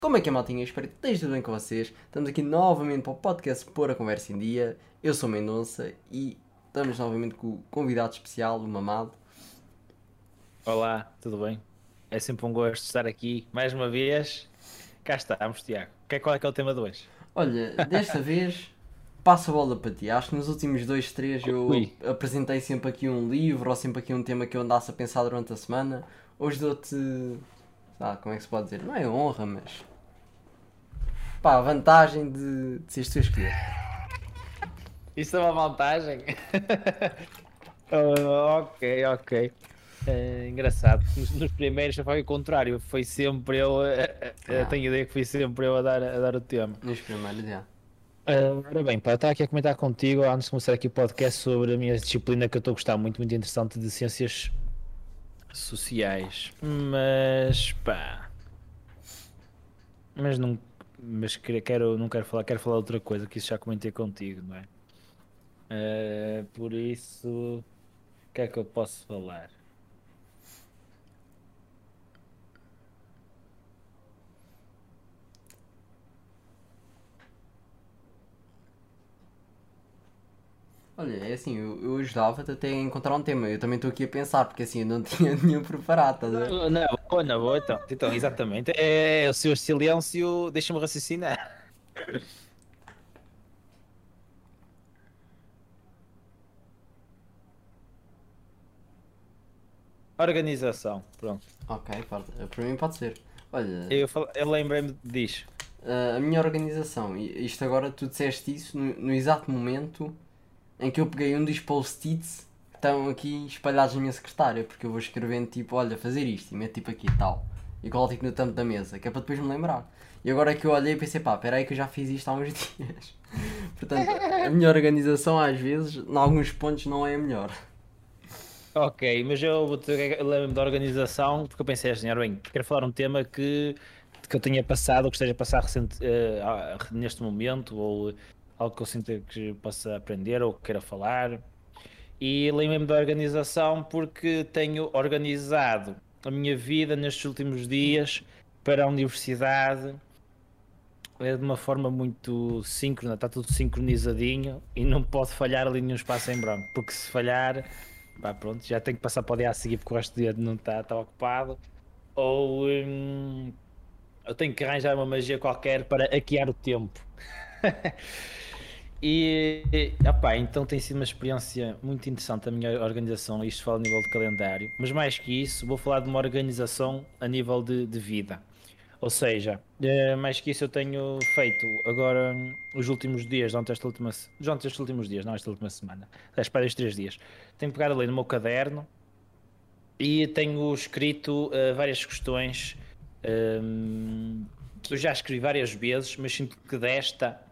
Como é que é, maltinha? Espero que esteja tudo bem com vocês. Estamos aqui novamente para o podcast Pôr a Conversa em Dia. Eu sou Mendonça e estamos novamente com o convidado especial, o Mamado. Olá, tudo bem? É sempre um gosto estar aqui mais uma vez. Cá estamos, Tiago. Qual é que é o tema de hoje? Olha, desta vez passo a bola para ti. Acho que nos últimos dois, três eu Ui, apresentei sempre aqui um livro ou sempre aqui um tema que eu andasse a pensar durante a semana. Hoje dou-te. Como é que se pode dizer? Não é honra, mas. Pá, a vantagem de seres tu a escolher. isso é uma vantagem? Ok, ok. Engraçado, porque nos primeiros foi o contrário, foi sempre eu, Yeah, tenho ideia que fui sempre eu a dar o tema. nos primeiros, já. Ora bem, pá, estava aqui a comentar contigo antes de começar aqui o podcast sobre a minha disciplina que eu estou a gostar muito, muito interessante de ciências sociais. Mas pá. Mas não, não quero falar, quero falar outra coisa, que isso já comentei contigo, não é? Por isso, o que é que eu posso falar? Olha, é assim, eu ajudava-te até a encontrar um tema. Eu também estou aqui a pensar, porque assim eu não tinha nenhum preparado, estás a ver? Não, então, exatamente. É o seu silêncio, deixa-me raciocinar. Organização, pronto. Ok, para mim pode ser. Olha, Eu lembrei-me disso. a minha organização, e isto agora tu disseste isso no exato momento em que eu peguei um dos post-its que estão aqui espalhados na minha secretária, porque eu vou escrevendo tipo, olha, fazer isto e meto tipo aqui e tal. E coloco tipo no tampo da mesa, que é para depois me lembrar. E agora é que eu olhei e pensei, pá, espera aí que eu já fiz isto há uns dias. Portanto, a minha organização às vezes, em alguns pontos, não é a melhor. Ok, mas eu vou ter, eu lembro-me da organização, porque eu pensei assim, ora bem, quero falar um tema que eu tenha passado, ou que esteja a passar neste momento, ou algo que eu sinta que possa aprender ou que queira falar. E lembrei-me da organização porque tenho organizado a minha vida nestes últimos dias para a universidade de uma forma muito síncrona, está tudo sincronizadinho e não pode falhar ali nenhum espaço em branco, porque se falhar, pá, pronto, já tenho que passar para o dia a seguir porque o resto do dia não está ocupado, ou eu tenho que arranjar uma magia qualquer para hackear o tempo. Então tem sido uma experiência muito interessante a minha organização, isto fala a nível de calendário, mas mais que isso, vou falar de uma organização a nível de vida. Ou seja, mais que isso eu tenho feito agora os últimos dias, durante estes últimos dias, não esta última semana, para estes 3 dias. Tenho pegado ali no meu caderno e tenho escrito várias questões que eu já escrevi várias vezes, mas sinto que desta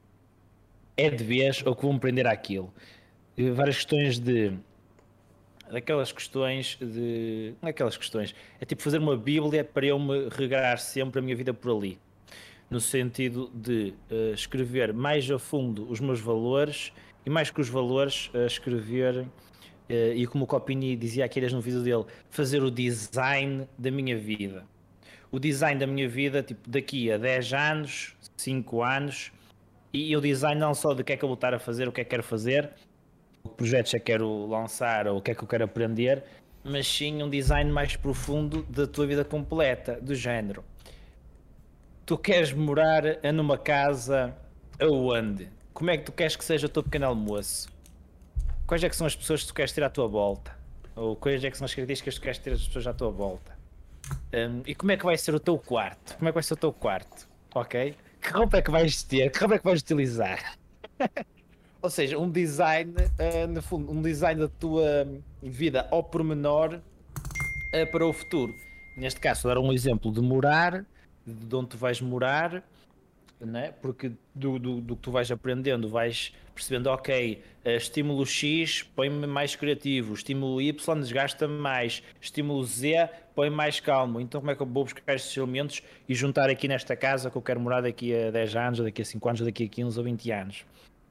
é de vez ou que vou-me prender àquilo. Várias questões de. Daquelas questões de. Não é aquelas questões. É tipo fazer uma bíblia para eu me regrar sempre a minha vida por ali. No sentido de escrever mais a fundo os meus valores e mais que os valores, escrever. E como o Copini dizia aqui no vídeo dele, fazer o design da minha vida. O design da minha vida, tipo, daqui a 10 anos, 5 anos, e o design não só de o que é que eu vou estar a fazer, o que é que quero fazer, projetos é que quero lançar ou o que é que eu quero aprender, mas sim um design mais profundo da tua vida completa, do género. Tu queres morar numa casa aonde? Como é que tu queres que seja o teu pequeno almoço? Quais é que são as pessoas que tu queres ter à tua volta? Ou quais é que são as características que tu queres ter as pessoas à tua volta? E como é que vai ser o teu quarto? Como é que vai ser o teu quarto? Ok? Que roupa é que vais ter? Que roupa é que vais utilizar? Ou seja, um design, no fundo, um design da tua vida ao pormenor, para o futuro. Neste caso, dar um exemplo de morar, de onde tu vais morar, né? Porque do que tu vais aprendendo, vais percebendo, ok, estímulo X põe-me mais criativo, estímulo Y desgasta-me mais, estímulo Z põe-me mais calmo. Então, como é que eu vou buscar estes elementos e juntar aqui nesta casa que eu quero morar daqui a 10 anos, ou daqui a 5 anos, ou daqui a 15 ou 20 anos?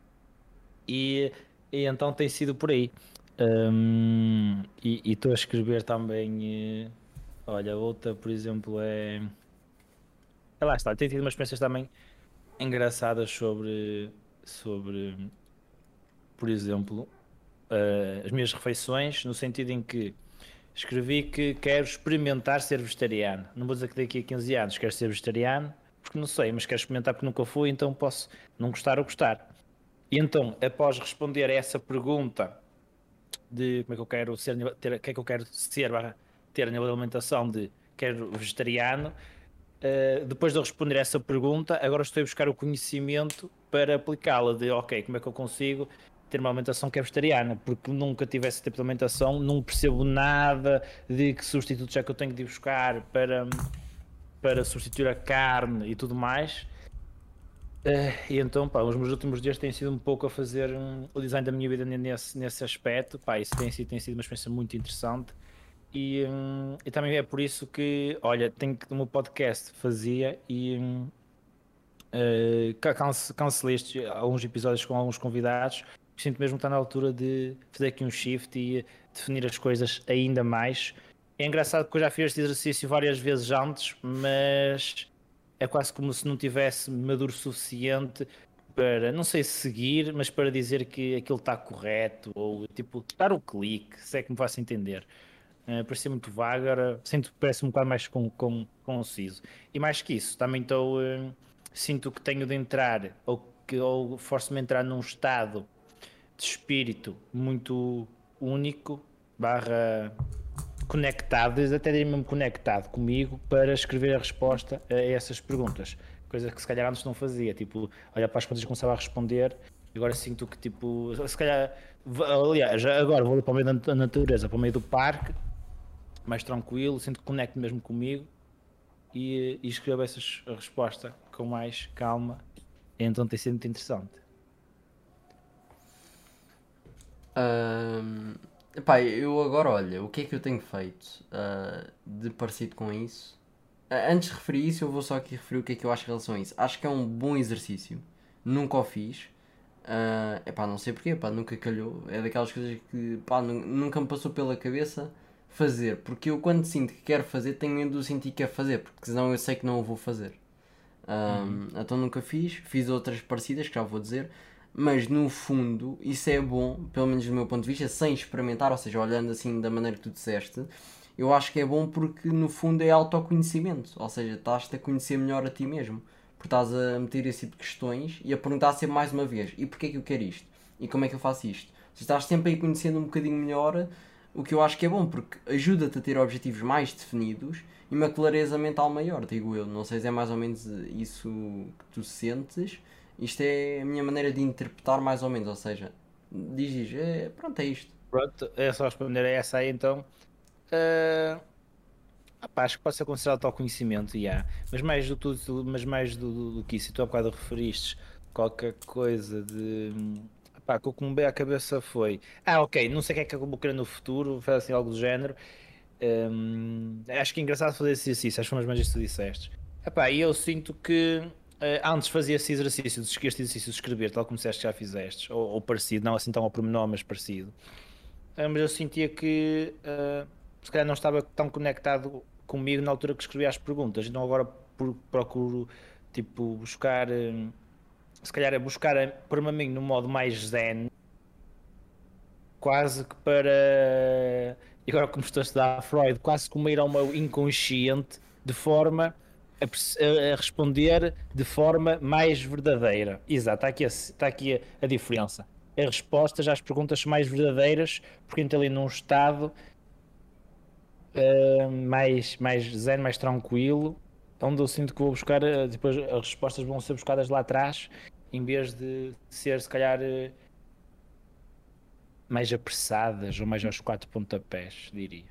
E, e então tem sido por aí. E estou a escrever também. Olha, outra, por exemplo, é. lá está, tenho tido umas experiências também engraçadas sobre, por exemplo, as minhas refeições, no sentido em que escrevi que quero experimentar ser vegetariano. Não vou dizer que daqui a 15 anos quero ser vegetariano, porque não sei, mas quero experimentar porque nunca fui, então posso não gostar ou gostar. E então, após responder a essa pergunta de como é que eu quero ser, ter, o que é que eu quero ser, ter a nível de alimentação de quero vegetariano, depois de eu responder essa pergunta, agora estou a buscar o conhecimento para aplicá-la de, ok, como é que eu consigo ter uma alimentação que é vegetariana, porque nunca tive esse tipo de alimentação, não percebo nada de que substitutos é que eu tenho de ir buscar para substituir a carne e tudo mais. E então, pá, os meus últimos dias têm sido um pouco a fazer o design da minha vida nesse aspecto, pá, isso tem sido uma experiência muito interessante. E também é por isso que, olha, tenho que o meu podcast fazia cancelei alguns episódios com alguns convidados. Sinto mesmo que está na altura de fazer aqui um shift e definir as coisas ainda mais. É engraçado que eu já fiz este exercício várias vezes antes, mas é quase como se não tivesse maduro o suficiente para, não sei se seguir, mas para dizer que aquilo está correto ou tipo dar o clique, se é que me faço entender. Parecia muito vago, agora sinto que parece um bocado mais conciso. E mais que isso, também sinto que tenho de entrar, ou forço-me a entrar num estado de espírito muito único, barra conectado, até diria mesmo conectado comigo, para escrever a resposta a essas perguntas. Coisa que se calhar antes não fazia, tipo, olhar para as contas e começava a responder, e agora sinto que, tipo, se calhar, aliás, agora vou para o meio da natureza, para o meio do parque, mais tranquilo, sinto que conecto mesmo comigo e escrevo a resposta com mais calma. Então tem sido muito interessante. Epá, eu agora, olha, o que é que eu tenho feito de parecido com isso? Antes de referir isso, eu vou só aqui referir o que é que eu acho em relação a isso. Acho que é um bom exercício, nunca o fiz. Epá, não sei porquê, pá, nunca calhou. É daquelas coisas que, pá, nunca me passou pela cabeça fazer. Porque eu, quando sinto que quero fazer, tenho medo de sentir que quero fazer, porque senão eu sei que não o vou fazer. Uhum. Então nunca fiz outras parecidas que já vou dizer, mas no fundo isso é bom, pelo menos do meu ponto de vista, sem experimentar, ou seja, olhando assim da maneira que tu disseste, eu acho que é bom porque no fundo é autoconhecimento, ou seja, estás-te a conhecer melhor a ti mesmo, porque estás a meter esse tipo de questões e a perguntar sempre mais uma vez, e porquê é que eu quero isto? E como é que eu faço isto? Se estás sempre aí conhecendo um bocadinho melhor, o que eu acho que é bom, porque ajuda-te a ter objetivos mais definidos e uma clareza mental maior, digo eu. Não sei se é mais ou menos isso que tu sentes. Isto é a minha maneira de interpretar mais ou menos, ou seja, pronto, é isto. Pronto, é só responder a essa aí então. Uh, acho que pode ser considerado autoconhecimento, yeah. Mas mais do, mas mais do que isso, e tu há bocado referiste qualquer coisa de. O que me veio à cabeça foi. Ok, não sei o que é que eu vou querer no futuro, faz assim algo do género. Acho que é engraçado fazer esse exercício, acho que foi mais isso que tu disseste. E eu sinto que antes fazia esse exercício, este exercício de escrever, tal como disseste que já fizeste, ou parecido, não assim tão ao pormenor, mas parecido. Mas eu sentia que se calhar não estava tão conectado comigo na altura que escrevia as perguntas, então agora procuro tipo buscar, se calhar é buscar para mim no modo mais zen, quase que para. E agora como estou a estudar Freud, quase como ir ao meu inconsciente de forma a responder de forma mais verdadeira. Exato, está aqui a diferença. As respostas às perguntas são mais verdadeiras porque entro ali num estado mais zen, mais tranquilo, onde eu sinto que vou buscar, depois as respostas vão ser buscadas lá atrás, em vez de ser se calhar mais apressadas ou mais aos quatro pontapés, diria.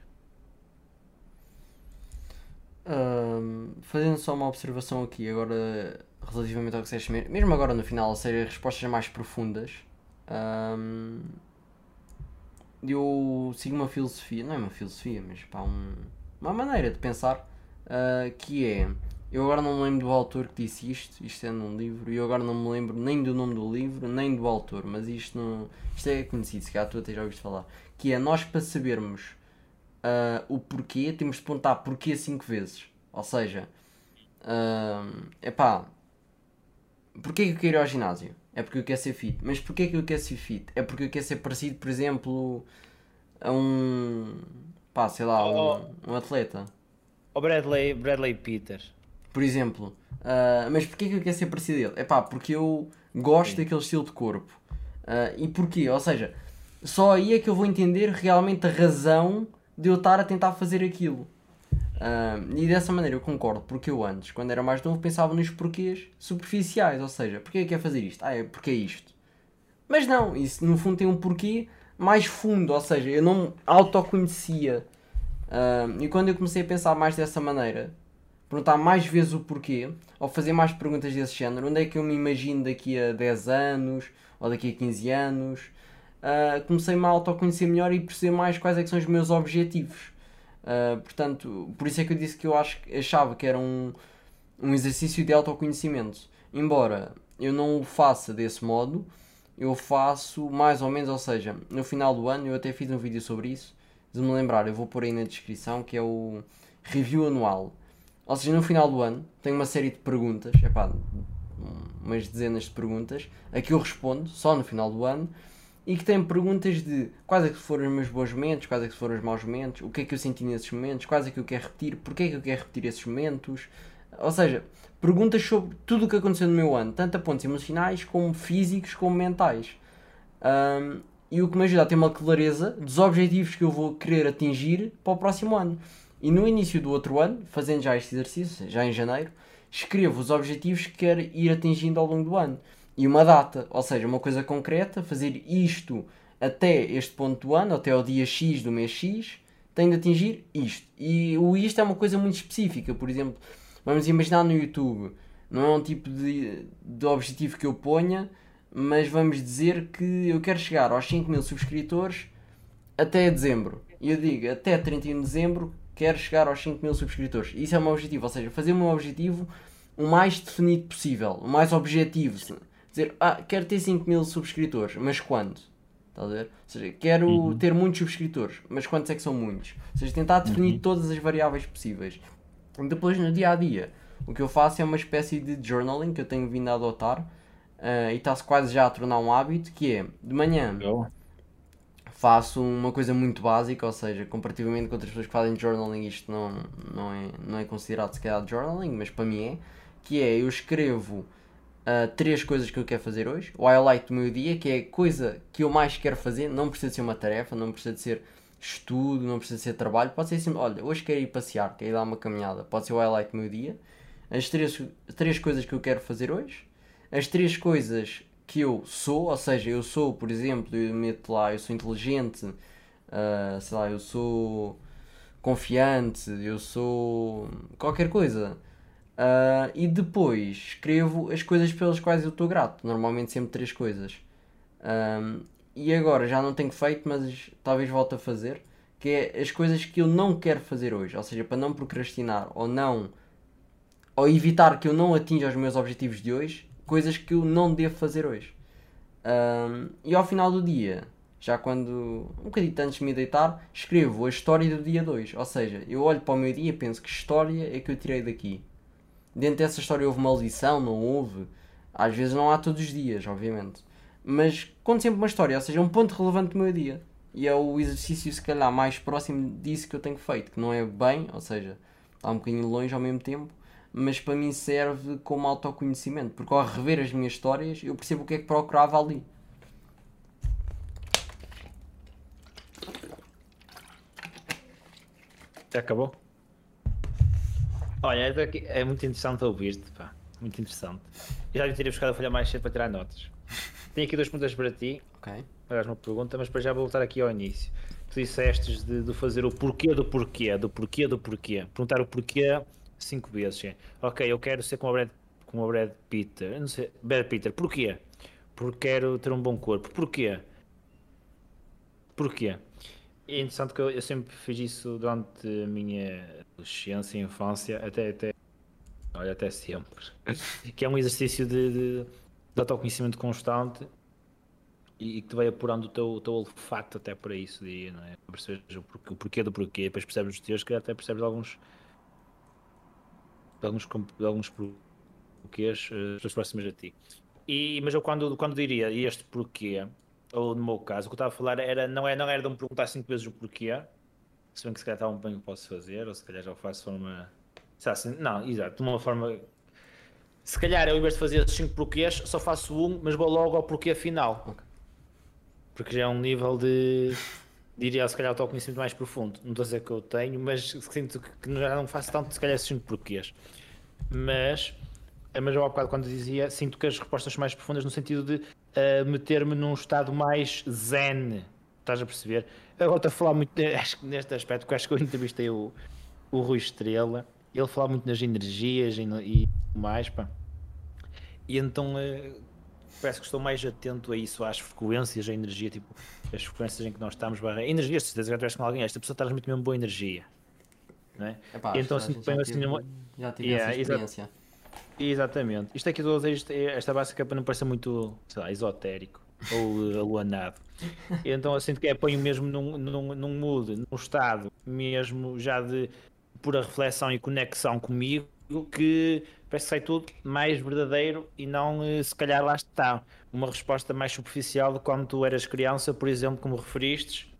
Fazendo só uma observação aqui, agora relativamente ao que disseste, mesmo agora no final, ou seja, respostas mais profundas, ahm, eu sigo uma filosofia, não é uma filosofia, mas pá, uma maneira de pensar que é. Eu agora não me lembro do autor que disse isto é num livro, e eu agora não me lembro nem do nome do livro, nem do autor, mas isto é conhecido, se calhar tu até já ouviste falar. Que é nós para sabermos o porquê, temos de perguntar porquê 5 vezes. Ou seja, Epá, porquê que eu quero ir ao ginásio? É porque eu quero ser fit. Mas porquê que eu quero ser fit? É porque eu quero ser parecido, por exemplo, a um. Pá, sei lá, Oh, um atleta. oh Bradley Peter. Por exemplo. Mas porquê que eu quero ser parecido a ele? É pá, porque eu gosto Sim. daquele estilo de corpo. E porquê? Ou seja, só aí é que eu vou entender realmente a razão de eu estar a tentar fazer aquilo. E dessa maneira eu concordo, porque eu antes, quando era mais novo, pensava nos porquês superficiais. Ou seja, porquê é que quer fazer isto? É porque é isto. Mas não, isso no fundo tem um porquê mais fundo. Ou seja, eu não me autoconhecia. E quando eu comecei a pensar mais dessa maneira, perguntar mais vezes o porquê, ou fazer mais perguntas desse género, onde é que eu me imagino daqui a 10 anos, ou daqui a 15 anos, comecei-me a autoconhecer melhor e perceber mais quais é que são os meus objetivos. Portanto, por isso é que eu disse que eu achava que era um exercício de autoconhecimento. Embora eu não o faça desse modo, eu faço mais ou menos, ou seja, no final do ano, eu até fiz um vídeo sobre isso, de me lembrar, eu vou pôr aí na descrição, que é o review anual. Ou seja, no final do ano, tenho uma série de perguntas, epá, umas dezenas de perguntas, a que eu respondo só no final do ano, e que tem perguntas de quais é que foram os meus bons momentos, quais é que foram os maus momentos, o que é que eu senti nesses momentos, quais é que eu quero repetir, porque é que eu quero repetir esses momentos. Ou seja, perguntas sobre tudo o que aconteceu no meu ano, tanto a pontos emocionais, como físicos, como mentais. E o que me ajuda a ter uma clareza dos objetivos que eu vou querer atingir para o próximo ano. E no início do outro ano, fazendo já este exercício, já em janeiro, escrevo os objetivos que quero ir atingindo ao longo do ano. E uma data, ou seja, uma coisa concreta, fazer isto até este ponto do ano, até ao dia X do mês X, tenho de atingir isto. E o isto é uma coisa muito específica, por exemplo, vamos imaginar no YouTube, não é um tipo de objetivo que eu ponha, mas vamos dizer que eu quero chegar aos 5.000 subscritores até dezembro. E eu digo, até 31 de dezembro quero chegar aos 5.000 subscritores. Isso é o meu objetivo, ou seja, fazer o meu objetivo o mais definido possível, o mais objetivo. Dizer, quero ter 5.000 subscritores, mas quando? Estás a ver? Ou seja, quero Uhum. ter muitos subscritores, mas quantos é que são muitos? Ou seja, tentar definir Uhum. todas as variáveis possíveis. Depois, no dia a dia, o que eu faço é uma espécie de journaling que eu tenho vindo a adotar e está-se quase já a tornar um hábito, que é, de manhã Boa. faço uma coisa muito básica, ou seja, comparativamente com outras pessoas que fazem journaling, isto não é considerado se calhar journaling, mas para mim é, que é, eu escrevo três coisas que eu quero fazer hoje, o highlight do meu dia, que é a coisa que eu mais quero fazer, não precisa de ser uma tarefa, não precisa de ser estudo, não precisa de ser trabalho, pode ser assim, olha, hoje quero ir passear, quero ir dar uma caminhada, pode ser o highlight do meu dia, as três coisas que eu quero fazer hoje, as três coisas que eu sou, ou seja, eu sou, por exemplo, eu meto lá, eu sou inteligente, sei lá, eu sou confiante, eu sou qualquer coisa. E depois escrevo as coisas pelas quais eu estou grato, normalmente sempre três coisas. E agora já não tenho feito, mas talvez volte a fazer, que é as coisas que eu não quero fazer hoje, ou seja, para não procrastinar ou evitar que eu não atinja os meus objetivos de hoje, coisas que eu não devo fazer hoje. E ao final do dia, já quando um bocadinho antes de me deitar, escrevo a história do dia 2. Ou seja, eu olho para o meu dia e penso que história é que eu tirei daqui. Dentro dessa história houve uma lição, não houve? Às vezes não há todos os dias, obviamente. Mas conto sempre uma história, ou seja, um ponto relevante do meu dia. E é o exercício, se calhar, mais próximo disso que eu tenho feito, que não é bem, ou seja, está um bocadinho longe ao mesmo tempo, mas para mim serve como autoconhecimento, porque ao rever as minhas histórias eu percebo o que é que procurava ali. Já acabou? Olha, é muito interessante ouvir-te, pá. Muito interessante. Eu já devia ter ido buscar a folha mais cedo para tirar notas. Tenho aqui duas perguntas para ti. Ok? Aliás, uma pergunta, mas para já vou voltar aqui ao início. Tu disseste de fazer o porquê do porquê, do porquê do porquê. Perguntar o porquê 5 vezes. É. Ok, eu quero ser como o Brad Peter. Eu não sei, Brad Peter, porquê? Porque quero ter um bom corpo. Porquê? Porquê? É interessante que eu sempre fiz isso durante a minha adolescência e infância, olha, até sempre. Que é um exercício de autoconhecimento constante e que te vai apurando o teu olfato até para isso, diria, não é? Percebes o porquê do porquê, depois percebes os teus, que até percebes alguns de alguns porquês, pessoas próximas a ti. Mas eu quando diria este porquê, ou no meu caso, o que eu estava a falar não era de me perguntar 5 vezes o porquê, se bem que se calhar está um bem que posso fazer, ou se calhar já o faço de forma. Assim, não, exato, de uma forma. Se calhar eu, em vez de fazer 5 porquês, só faço um, mas vou logo ao porquê final. Ok. Porque já é um nível de. Diria, se calhar, autoconhecimento mais profundo. Não estou a dizer que eu tenho, mas sinto que já não faço tanto, se calhar, esses 5 porquês. Mas eu há bocado quando dizia, sinto que as respostas são mais profundas no sentido de meter-me num estado mais zen. Estás a perceber? Agora estou a falar muito, acho que neste aspecto, porque acho que eu entrevistei o Rui Estrela, ele fala muito nas energias e mais, pá. E então parece que estou mais atento a isso, às frequências, à energia, tipo, as frequências em que nós estamos, energia, se certeza que estiveste com alguém, esta pessoa traz muito mesmo boa energia, não é? Epá, E então assim, já tive essa experiência. Exatamente. Isto aqui, esta básica para não parecer muito, sei lá, esotérico ou aluanado. E então eu sinto que ponho mesmo num mood, num estado mesmo já de pura reflexão e conexão comigo, que parece que sai tudo mais verdadeiro e não, se calhar lá está, uma resposta mais superficial de quando tu eras criança, por exemplo, como referiste.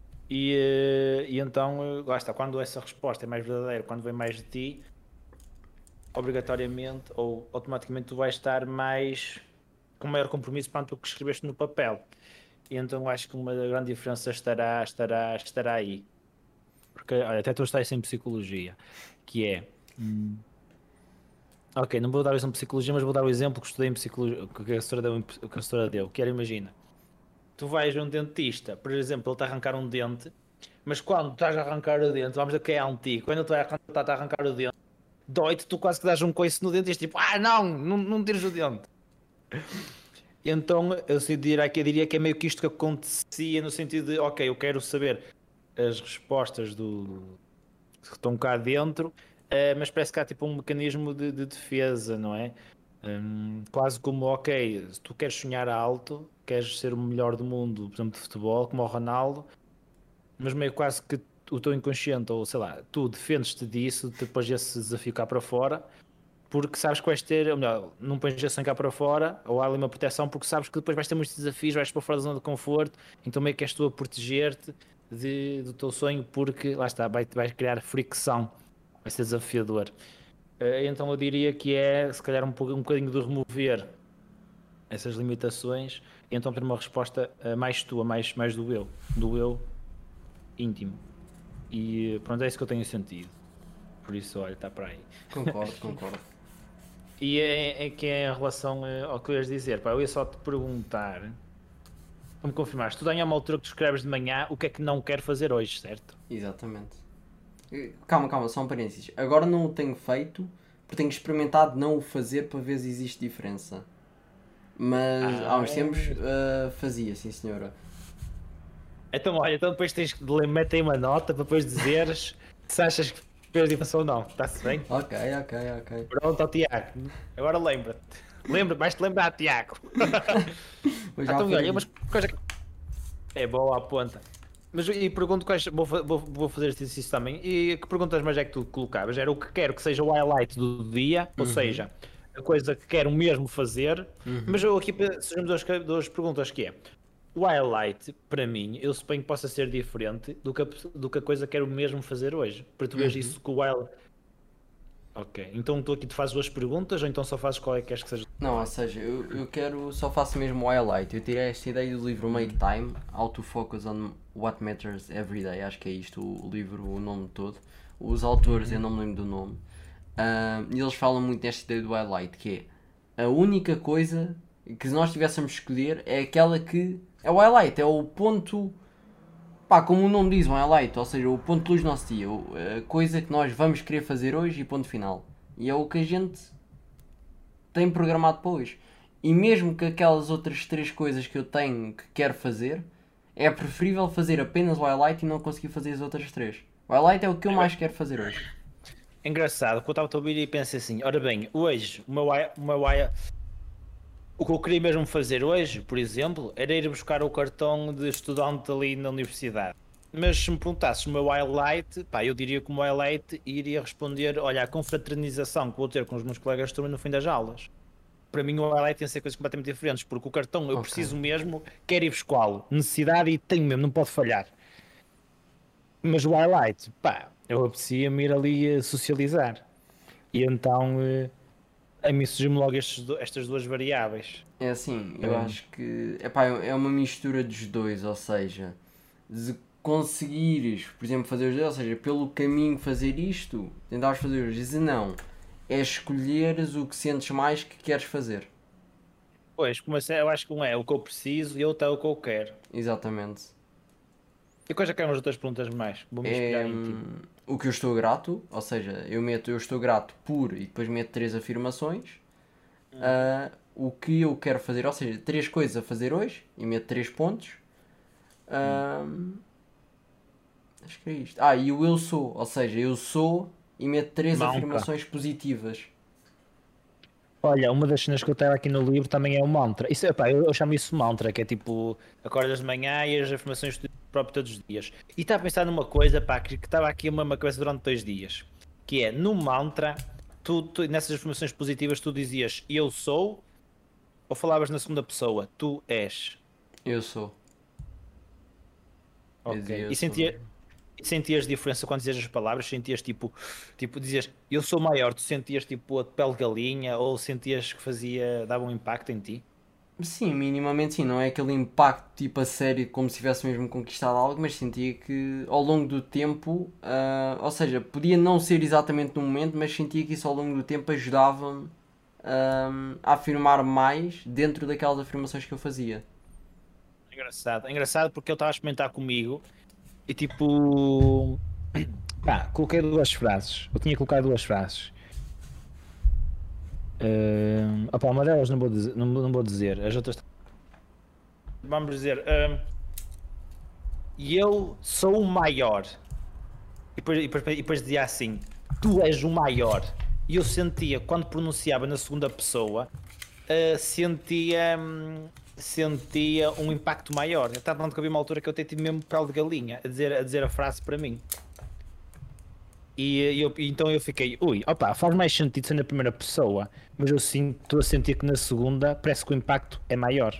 E então, lá está, quando essa resposta é mais verdadeira, quando vem mais de ti, obrigatoriamente ou automaticamente tu vais estar mais com maior compromisso para o que escreveste no papel. E então acho que uma grande diferença estará aí. Porque olha, até tu estás em psicologia, que é ok, não vou dar o exemplo de psicologia, mas vou dar o exemplo que estudei em psicologia, que a professora deu, que era, imagina, tu vais a um dentista, por exemplo, ele está a arrancar um dente, mas quando estás a arrancar o dente, vamos dizer que é antigo, quando ele está a arrancar o dente, dói-te, tu quase que dás um coice no dente e és tipo, não tires o dente. Então eu diria que é meio que isto que acontecia no sentido de, ok, eu quero saber as respostas que estão cá dentro, mas parece que há tipo um mecanismo de defesa, não é? Quase como, ok, se tu queres sonhar alto, queres ser o melhor do mundo, por exemplo, de futebol, como o Ronaldo, mas meio quase que o teu inconsciente, ou sei lá, tu defendes-te disso, depois esse desafio cá para fora, porque sabes que vais ter, ou melhor, não pões a cá para fora, ou há ali uma proteção, porque sabes que depois vais ter muitos desafios, vais para fora da zona de conforto, então meio que és tu a proteger-te do teu sonho, porque lá está, vai criar fricção, vai ser desafiador. Então eu diria que é, se calhar, um bocadinho de remover essas limitações e então ter uma resposta mais tua, mais do eu íntimo. E pronto, é isso que eu tenho sentido. Por isso, olha, está para aí. Concordo. E é que é em relação ao que eu ias dizer, pá, eu ia só te perguntar, para me confirmar, tu daí a uma altura que tu escreves de manhã, o que é que não quero fazer hoje, certo? Exatamente. Calma, só um parênteses. Agora não o tenho feito, porque tenho experimentado não o fazer para ver se existe diferença. Mas há uns tempos fazia, sim senhora. Então olha, então depois tens que meter aí uma nota para depois dizeres se achas que fez diferença ou não, está-se bem? Ok. Pronto, ó, Tiago, agora lembra-te. Vais-te lembrar, Tiago. Então olha, mas coisa que... É boa a ponta. Mas e pergunto quais. Vou fazer este exercício também. E que perguntas mais é que tu colocavas? Era o que quero que seja o highlight do dia, ou seja, a coisa que quero mesmo fazer. Mas eu aqui sejamos duas perguntas que é. O highlight, para mim, eu suponho que possa ser diferente do que a coisa que quero mesmo fazer hoje. Para tu veres isso com o highlight. Ok, então tu aqui te fazes duas perguntas ou então só fazes qual é que queres que seja? Não, ou seja, só faço mesmo o highlight. Eu tirei esta ideia do livro Make Time, How to Focus on What Matters Every Day, acho que é isto o livro, o nome todo. Os autores, eu não me lembro do nome. E eles falam muito nesta ideia do highlight, que é a única coisa que se nós tivéssemos de escolher é aquela que é o highlight, é o ponto, pá, como o nome diz, um highlight, ou seja, o ponto de luz do nosso dia, a coisa que nós vamos querer fazer hoje e ponto final. E é o que a gente tem programado para hoje. E mesmo que aquelas outras 3 coisas que eu tenho que quero fazer, é preferível fazer apenas o highlight e não conseguir fazer as outras 3. O highlight é o que eu mais quero fazer hoje. Engraçado, porque eu estava a ouvir e pensei assim, ora bem, hoje o que eu queria mesmo fazer hoje, por exemplo, era ir buscar o cartão de estudante ali na universidade. Mas se me perguntasses o meu highlight, pá, eu diria que o meu highlight iria responder, olha, a confraternização que vou ter com os meus colegas de turma no fim das aulas. Para mim o highlight tem que ser coisas completamente diferentes, porque o cartão eu Ok. preciso mesmo, quero ir buscá-lo, necessidade e tenho mesmo, não pode falhar. Mas o highlight, pá, eu apetecia-me ir ali a socializar. E então a mim surgiu-me logo estas duas variáveis. É assim, eu Hum, acho que epá, é uma mistura dos dois, ou seja, de conseguires, por exemplo, fazer os dois, ou seja, pelo caminho fazer isto, tentares fazer os dois, e não, é escolheres o que sentes mais que queres fazer. Pois, comecei, eu acho que um é o que eu preciso e outro é o que eu quero. Exatamente. E quais é que eram as outras perguntas mais? Vou-me É inspirar em ti. o que eu estou grato, ou seja, eu meto eu estou grato por e depois meto três afirmações. Uhum. O que eu quero fazer, ou seja, três coisas a fazer hoje e meto três pontos. Hum. Ah, acho que é isto. Ah, e o eu sou, ou seja, eu sou e meto três Mantra. afirmações positivas. Olha, uma das cenas que eu tenho aqui no livro também é o mantra. Isso, epá, eu chamo isso mantra, que é tipo, acordas de manhã e as afirmações do próprio todos os dias. E estava a pensar numa coisa, pá, que estava aqui uma cabeça durante 2 dias, que é, no mantra, nessas afirmações positivas tu dizias eu sou, ou falavas na segunda pessoa, tu és. Eu sou. Eu Ok. dizia eu E sou. sentias diferença quando dizias as palavras? Sentias tipo, dizias eu sou maior, tu sentias tipo a pele de galinha ou sentias que dava um impacto em ti? Sim, minimamente sim, não é aquele impacto tipo a sério como se tivesse mesmo conquistado algo, mas sentia que ao longo do tempo, ou seja, podia não ser exatamente no momento, mas sentia que isso ao longo do tempo ajudava-me a afirmar mais dentro daquelas afirmações que eu fazia. Engraçado. É engraçado porque ele estava a experimentar comigo e tipo. Pá, coloquei duas frases. Eu tinha colocado duas frases. Opá, uma delas não vou dizer, não vou dizer. As outras. Vamos dizer. Eu sou o maior. E depois dizia assim: tu és o maior. E eu sentia, quando pronunciava na segunda pessoa, sentia um impacto maior. Está tanto que havia uma altura que eu até tive mesmo pele de galinha a dizer a frase para mim. Então eu fiquei, ui, opa, faz mais sentido ser na primeira pessoa, mas eu sinto, estou a sentir que na segunda parece que o impacto é maior.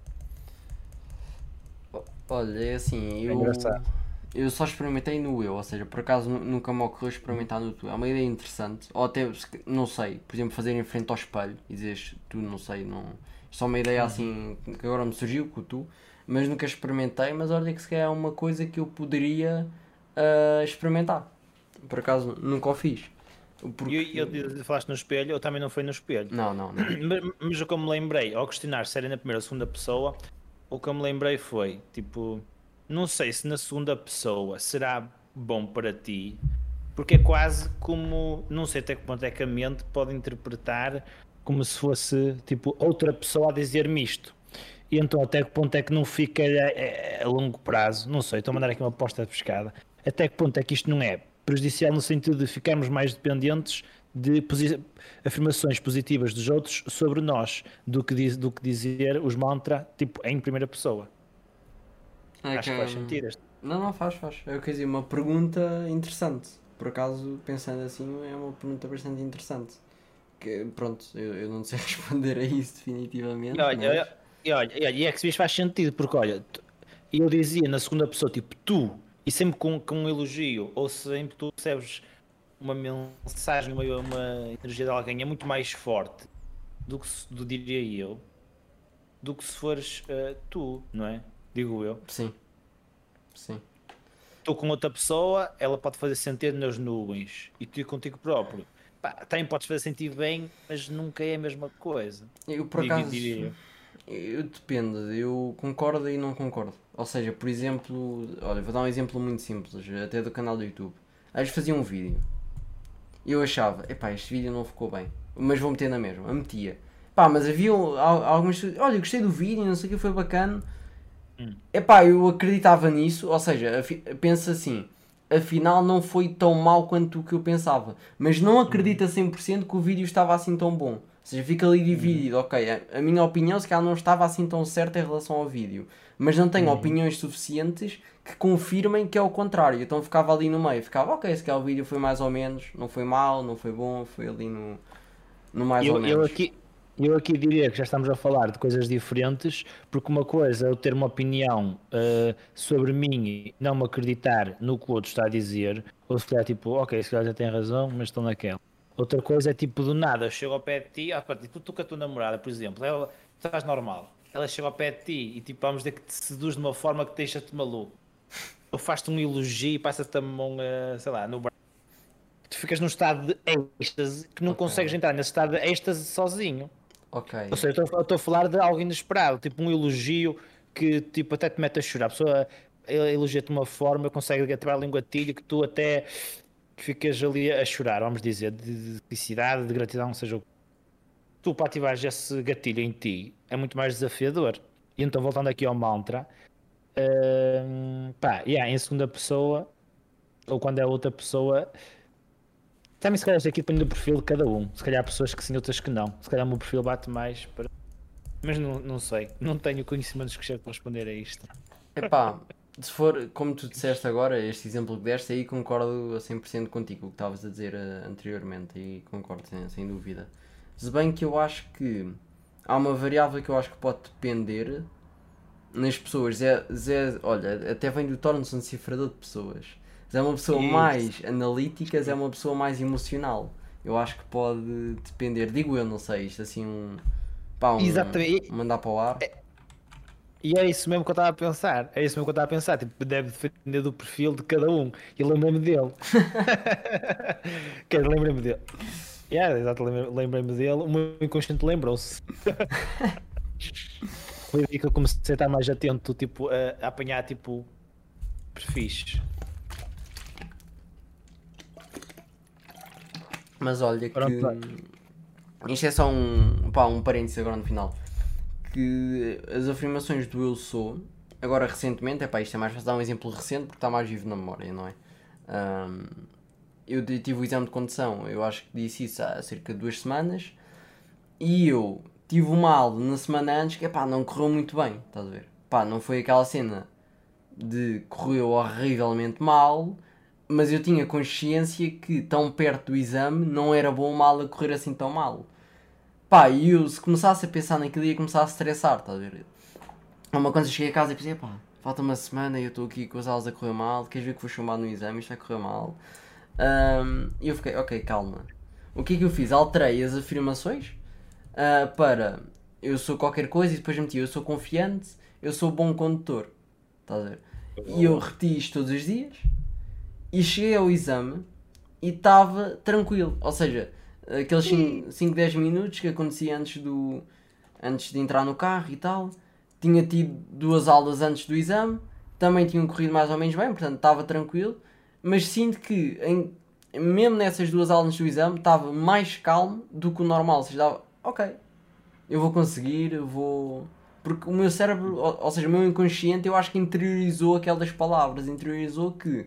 Olha, é assim, É eu, engraçado. eu só experimentei no eu, ou seja, por acaso nunca me ocorreu experimentar no tu. É uma ideia interessante, ou até, não sei, por exemplo, fazer em frente ao espelho e dizeres tu, não sei, não. Só uma ideia Uhum. assim que agora me surgiu com o tu, mas nunca experimentei. Mas olha que se calhar é uma coisa que eu poderia experimentar. Por acaso nunca o fiz. E Porque. eu falaste no espelho, eu também não fui no espelho. Não, não, não. Mas o que eu me lembrei, ao questionar se era na primeira ou segunda pessoa, o que eu me lembrei foi, tipo, não sei se na segunda pessoa será bom para ti, porque é quase como, não sei até que ponto é que a mente pode interpretar como se fosse, tipo, outra pessoa a dizer-me isto. E então até que ponto é que não fica a longo prazo, não sei, estou a mandar aqui uma aposta de pescada, até que ponto é que isto não é prejudicial no sentido de ficarmos mais dependentes de afirmações positivas dos outros sobre nós do que dizer os mantra tipo em primeira pessoa. É que. Acho que faz sentido este. Não, não faz, faz. É o que eu dizia, uma pergunta interessante. Por acaso, pensando assim, é uma pergunta bastante interessante. Que, pronto, eu não sei responder a isso E definitivamente, mas. olha, e é que se faz sentido, porque olha, eu dizia na segunda pessoa, tipo, tu, e sempre com um elogio, ou sempre tu recebes uma mensagem, uma energia de alguém, é muito mais forte diria eu, do que se fores tu, não é? Digo eu. Sim, sim. Tu com outra pessoa, ela pode fazer sentir nas nuvens, e tu contigo próprio. Pá, também podes fazer sentir bem, mas nunca é a mesma coisa. Eu, por acaso, Diria eu. eu depende. Eu concordo e não concordo. Ou seja, por exemplo, olha, vou dar um exemplo muito simples, até do canal do YouTube. Às vezes fazia um vídeo e eu achava, epá, este vídeo não ficou bem, mas vou meter na mesma. Eu metia. Pá, mas havia algumas. Olha, gostei do vídeo, não sei o que, foi bacana. Hum, Epá, eu acreditava nisso, ou seja, pensa assim, afinal não foi tão mau quanto o que eu pensava, mas não uhum. acredito a 100% que o vídeo estava assim tão bom. Ou seja, fica ali dividido, ok, a minha opinião se calhar não estava assim tão certa em relação ao vídeo, mas não tenho opiniões suficientes que confirmem que é o contrário, então ficava ali no meio, ficava, ok, se calhar o vídeo foi mais ou menos, não foi mau, não foi bom, foi ali no mais ou Eu menos. aqui, eu aqui diria que já estamos a falar de coisas diferentes, porque uma coisa é eu ter uma opinião sobre mim e não me acreditar no que o outro está a dizer, ou se calhar tipo, ok, se calhar já tem razão, mas estou naquela. Outra coisa é tipo, do nada, eu chego ao pé de ti, pá, tipo, tu com a tua namorada, por exemplo, ela, tu estás normal, ela chega ao pé de ti e tipo, vamos dizer que te seduz de uma forma que deixa-te maluco. Ou faz-te um elogio e passa-te a mão, sei lá, no braço. Tu ficas num estado de êxtase que não Ok, consegues entrar nesse estado de êxtase sozinho. ok, Ou seja, eu estou a falar de algo inesperado, tipo um elogio que tipo, até te mete a chorar. A pessoa elogia-te de uma forma, consegue ativar ali um gatilho que tu até ficas ali a chorar, vamos dizer, de felicidade, de gratidão, seja o que. Tu para ativares esse gatilho em ti é muito mais desafiador. E então, voltando aqui ao mantra, pá, yeah, em segunda pessoa, ou quando é outra pessoa, também se calhar isto aqui depende do perfil de cada um. Se calhar há pessoas que sim, outras que não. Se calhar o meu perfil bate mais para. Mas não sei, não tenho conhecimentos que chegue para responder a isto. epá, se for como tu disseste agora, este exemplo que deste aí concordo a 100% contigo, o que estavas a dizer anteriormente, e concordo sem dúvida. Se bem que eu acho que há uma variável que eu acho que pode depender nas pessoas. Olha, até vem do torno-se um decifrador de pessoas. Se é uma pessoa Isso. mais analítica, se é uma pessoa mais emocional. Eu acho que pode depender. Digo eu, não sei, isto assim pá, Exatamente. mandar para o ar. E é isso mesmo que eu estava a pensar. É isso mesmo que eu estava a pensar. Tipo, deve depender do perfil de cada um. E lembrei-me dele. Quer lembrei-me dele. Yeah, exato, lembrei-me dele. O meu inconsciente lembrou-se. Foi aí que eu comecei a estar mais atento, tipo, a apanhar, tipo, perfis. Mas olha que Pronto. isto é só um parênteses agora no final. Que as afirmações do eu sou, agora recentemente, isto é mais fácil dar um exemplo recente porque está mais vivo na memória, não é? Ahm, eu tive o exame de condução, eu acho que disse isso há cerca de 2 semanas, e eu tive uma aula na semana antes que não correu muito bem, estás a ver? Pá, não foi aquela cena de correu horrivelmente mal, mas eu tinha consciência que tão perto do exame não era bom uma aula correr assim tão mal. Pá, e eu se começasse a pensar naquilo ia começar a estressar, estás a ver? Uma coisa, cheguei a casa e pensei, pá, falta uma semana e eu estou aqui com as aulas a correr mal, queres ver que vou chamado no exame, isto vai correr mal. E eu fiquei, ok, calma. O que é que eu fiz? Alterei as afirmações para eu sou qualquer coisa e depois meti eu sou confiante, eu sou bom condutor. Estás a ver? E eu Boa. repeti isto todos os dias e cheguei ao exame e estava tranquilo. Ou seja, aqueles E 5 10 minutos que acontecia antes de entrar no carro e tal. Tinha tido 2 aulas antes do exame, também tinham corrido mais ou menos bem, portanto estava tranquilo. Mas sinto que, mesmo nessas 2 aulas antes do exame, estava mais calmo do que o normal. Ou seja, estava, ok, eu vou conseguir, eu vou. Porque o meu cérebro, ou seja, o meu inconsciente, eu acho que interiorizou aquelas palavras, interiorizou que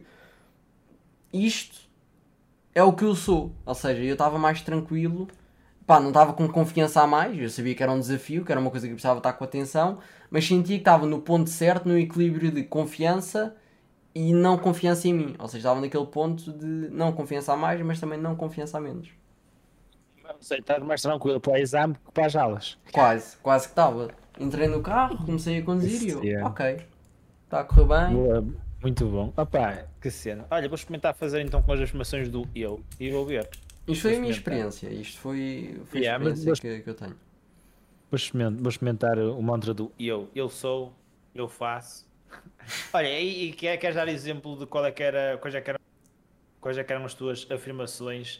isto é o que eu sou. Ou seja, eu estava mais tranquilo, pá, não estava com confiança a mais, eu sabia que era um desafio, que era uma coisa que eu precisava estar com atenção, mas sentia que estava no ponto certo, no equilíbrio de confiança e não confiança em mim. Ou seja, estava naquele ponto de não confiança a mais, mas também não confiança a menos. vamos estar mais tranquilo para o exame que para as aulas. Quase, quase que estava. Entrei no carro, comecei a conduzir e Isso, eu, yeah. ok, está a correr bem. Boa, muito bom. Opá, que cena. Olha, vou experimentar fazer então com as afirmações do eu e vou ver. Isto Vou foi a minha experimentar. experiência, isto foi a Yeah, mas experiência que eu tenho. vou experimentar o mantra do eu sou, eu faço. Olha, queres dar exemplo de qual é que era, quais é que eram as tuas afirmações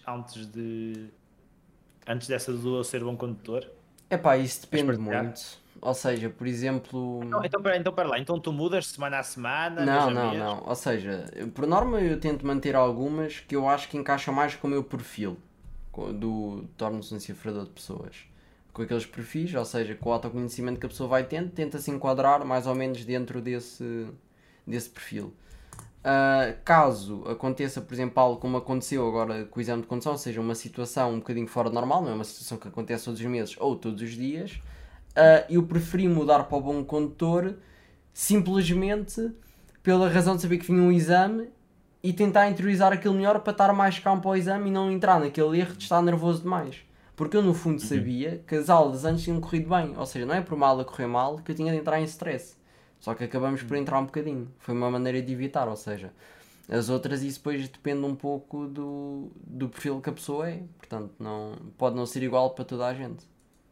antes dessa do eu ser bom condutor? Epá, isso Queres depende partilhar? muito. Ou seja, por exemplo. Então, pera lá, então tu mudas semana a semana, mês Não, a não, mês? não. Ou seja, por norma eu tento manter algumas que eu acho que encaixam mais com o meu perfil do torno-se um cifrador de pessoas. Com aqueles perfis, ou seja, com o autoconhecimento que a pessoa vai tendo, tenta se enquadrar mais ou menos dentro desse perfil. Caso aconteça, por exemplo, algo como aconteceu agora com o exame de condução, seja uma situação um bocadinho fora do normal, não é uma situação que acontece todos os meses ou todos os dias, eu preferi mudar para o bom condutor simplesmente pela razão de saber que vinha um exame e tentar interiorizar aquilo melhor para estar mais calmo para o exame e não entrar naquele erro de estar nervoso demais. Porque eu no fundo sabia que as aulas antes tinham corrido bem, ou seja, não é por uma aula correr mal que eu tinha de entrar em stress. Só que acabamos por entrar um bocadinho. Foi uma maneira de evitar, ou seja, as outras isso depois depende um pouco do perfil que a pessoa é. Portanto, não, pode não ser igual para toda a gente.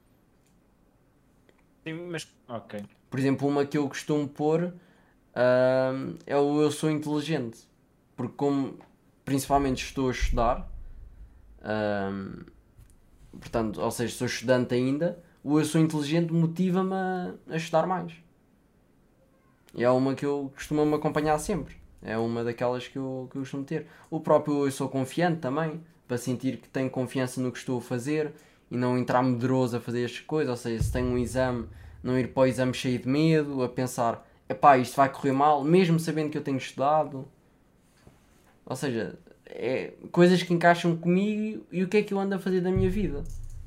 Sim, mas. Ok. Por exemplo, uma que eu costumo pôr é o eu sou inteligente. Porque como principalmente estou a estudar, ahm, portanto, ou seja, sou estudante ainda, o eu sou inteligente motiva-me a estudar mais. E é uma que eu costumo me acompanhar sempre. É uma daquelas que eu costumo ter. O próprio eu sou confiante também, para sentir que tenho confiança no que estou a fazer e não entrar medroso a fazer estas coisas. Ou seja, se tenho um exame, não ir para o exame cheio de medo, a pensar, epá, isto vai correr mal, mesmo sabendo que eu tenho estudado. Ou seja, é coisas que encaixam comigo e o que é que eu ando a fazer da minha vida.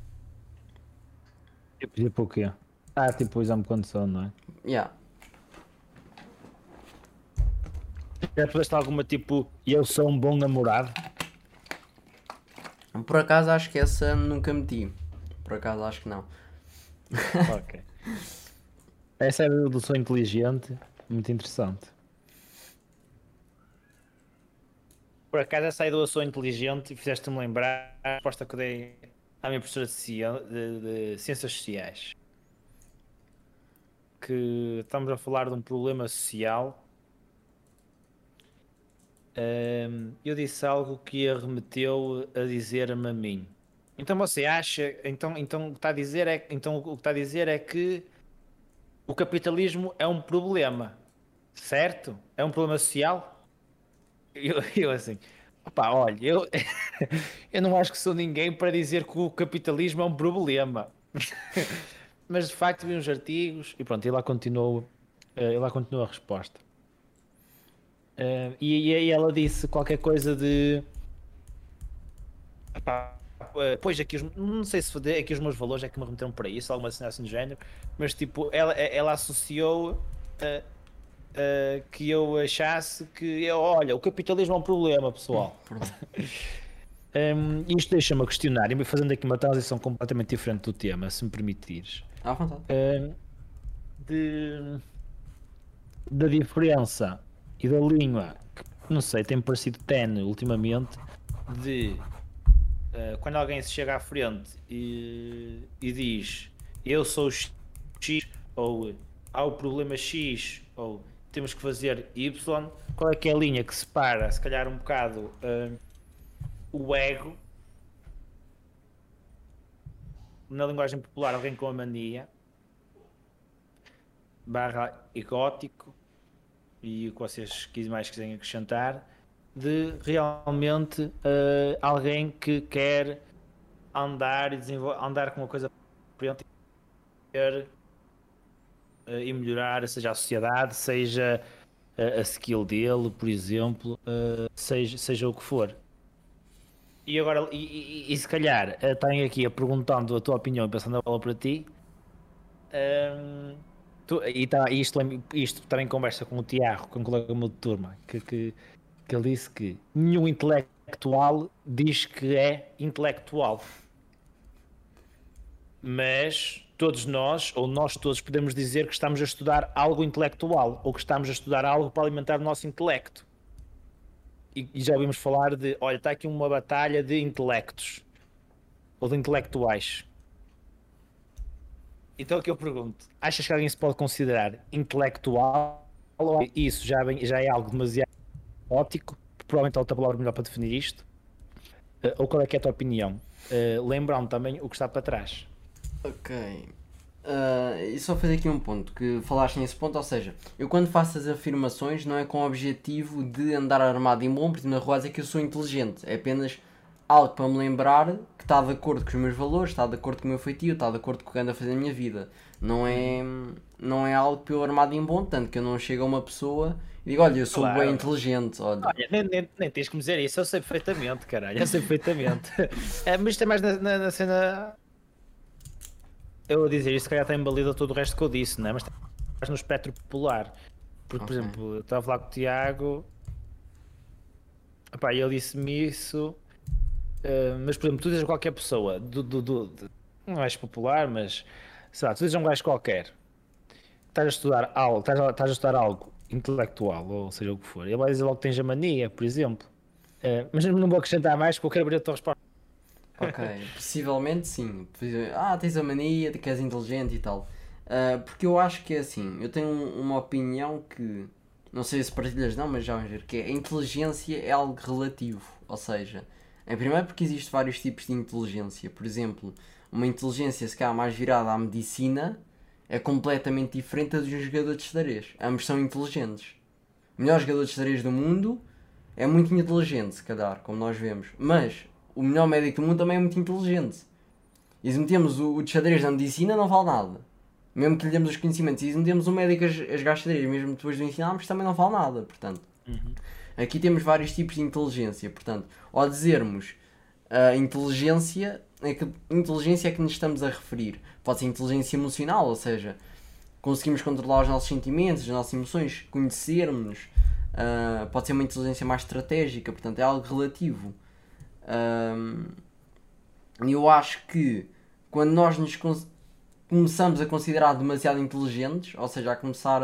Tipo o quê? Tipo o exame de condução, não é? Yeah. Já fizeste alguma tipo, eu sou um bom namorado? Por acaso acho que essa nunca meti. Por acaso acho que não. Ok. Essa é do sou inteligente, muito interessante. Por acaso essa aí do eu sou inteligente e fizeste-me lembrar a resposta que eu dei à minha professora de Ciências Sociais. Que estamos a falar de um problema social. Eu disse algo que a remeteu a dizer-me a mim. Então você acha, então o que está a dizer é, então o que está a dizer é que o capitalismo é um problema, certo? É um problema social? Eu assim, opá, olha, eu, eu não acho que sou ninguém para dizer que o capitalismo é um problema. Mas de facto vi uns artigos e pronto, e lá continuou a resposta. E aí ela disse qualquer coisa de epá, pois aqui não sei se foi aqui os meus valores é que me remeteram para isso, alguma cena assim do género, mas tipo, ela associou que eu achasse que olha, o capitalismo é um problema, pessoal. Perdão. Isto deixa-me a questionar, e fazendo aqui uma transição completamente diferente do tema, se me permitires, À vontade. de, da diferença e da língua, que não sei, tem parecido tenue ultimamente, de quando alguém se chega à frente e diz eu sou X, ou há o problema X, ou temos que fazer Y, qual é que é a linha que separa, se calhar, um bocado o ego, na linguagem popular, alguém com a mania, barra egótico, e o que vocês mais quiserem acrescentar, de realmente alguém que quer andar e andar com uma coisa frente e melhorar, seja a sociedade, seja a skill dele, por exemplo, seja o que for. E agora, se calhar, tenho aqui a perguntando a tua opinião e passando a bola para ti. Isto também conversa com o Tiago, com um colega meu de turma, que ele disse que nenhum intelectual diz que é intelectual. Mas todos nós, ou nós todos, podemos dizer que estamos a estudar algo intelectual, ou que estamos a estudar algo para alimentar o nosso intelecto. E já ouvimos falar de, olha, está aqui uma batalha de intelectos, ou de intelectuais. Então o que eu pergunto, achas que alguém se pode considerar intelectual, ou isso já é algo demasiado ótico? Provavelmente há outra palavra melhor para definir isto. Ou qual é que é a tua opinião? Lembrando também o que está para trás. Ok. E só fazer aqui um ponto, que falaste nesse ponto, ou seja, eu quando faço as afirmações não é com o objetivo de andar armado em bom, por exemplo, na rua dizer que eu sou inteligente, é apenas algo para me lembrar que está de acordo com os meus valores, está de acordo com o meu feitio, está de acordo com o que ando a fazer na minha vida. Não é algo para eu armado em bom, tanto que eu não chego a uma pessoa e digo, olha, eu sou Claro. bem inteligente, olha. Olha, nem tens que me dizer isso, eu sei perfeitamente, caralho, eu sei perfeitamente. Mas isto é mais na cena. Eu a dizer isto, se calhar tem valida todo o resto que eu disse, não é? Mas está mais no espectro popular. Porque, por Ok. exemplo, eu estava a falar com o Tiago, epá, e ele disse-me isso, mas, por exemplo, tu dizes a qualquer pessoa, não és popular, mas, sei lá, tu dizes a um gajo qualquer, estás a estudar algo, estás a estudar algo intelectual, ou seja o que for, ele vai dizer logo que tens a mania, por exemplo. Mas não vou acrescentar mais porque eu quero abrir a tua resposta. Ok, possivelmente sim. Tens a mania de que és inteligente e tal. Porque eu acho que é assim, eu tenho uma opinião que, não sei se partilhas não, mas já vamos ver, que é a inteligência é algo relativo. Ou seja, em primeiro porque existem vários tipos de inteligência. Por exemplo, uma inteligência se calhar mais virada à medicina é completamente diferente da de um jogador de xadrez. Ambos são inteligentes. O melhor jogador de xadrez do mundo é muito inteligente, se calhar, como nós vemos. Mas o melhor médico do mundo também é muito inteligente. E se metemos o de xadrez na medicina, não vale nada. Mesmo que lhe demos os conhecimentos. E se metemos um médico a jogar xadrez, mesmo depois de o ensinarmos, também não vale nada. Portanto, aqui temos vários tipos de inteligência. Portanto, ao dizermos inteligência, inteligência é que nos estamos a referir. Pode ser inteligência emocional, ou seja, conseguimos controlar os nossos sentimentos, as nossas emoções, conhecermos. Pode ser uma inteligência mais estratégica, portanto, é algo relativo. E eu acho que quando nós começamos a considerar demasiado inteligentes, ou seja, a começar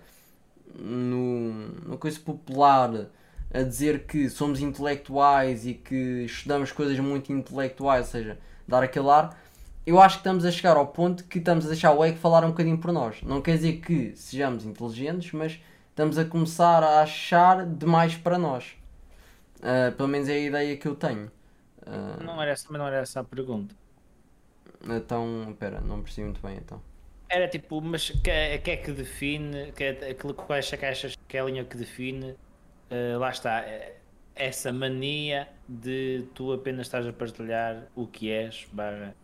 no coisa popular a dizer que somos intelectuais e que estudamos coisas muito intelectuais, ou seja, dar aquele ar, eu acho que estamos a chegar ao ponto que estamos a deixar o ego falar um bocadinho por nós. Não quer dizer que sejamos inteligentes, mas estamos a começar a achar demais para nós. Pelo menos é a ideia que eu tenho. Mas não era essa a pergunta. Então, espera, não percebi muito bem então. Era tipo, mas que é que define, que é aquilo que achas que é a linha que define, lá está, essa mania de tu apenas estás a partilhar o que és, barra,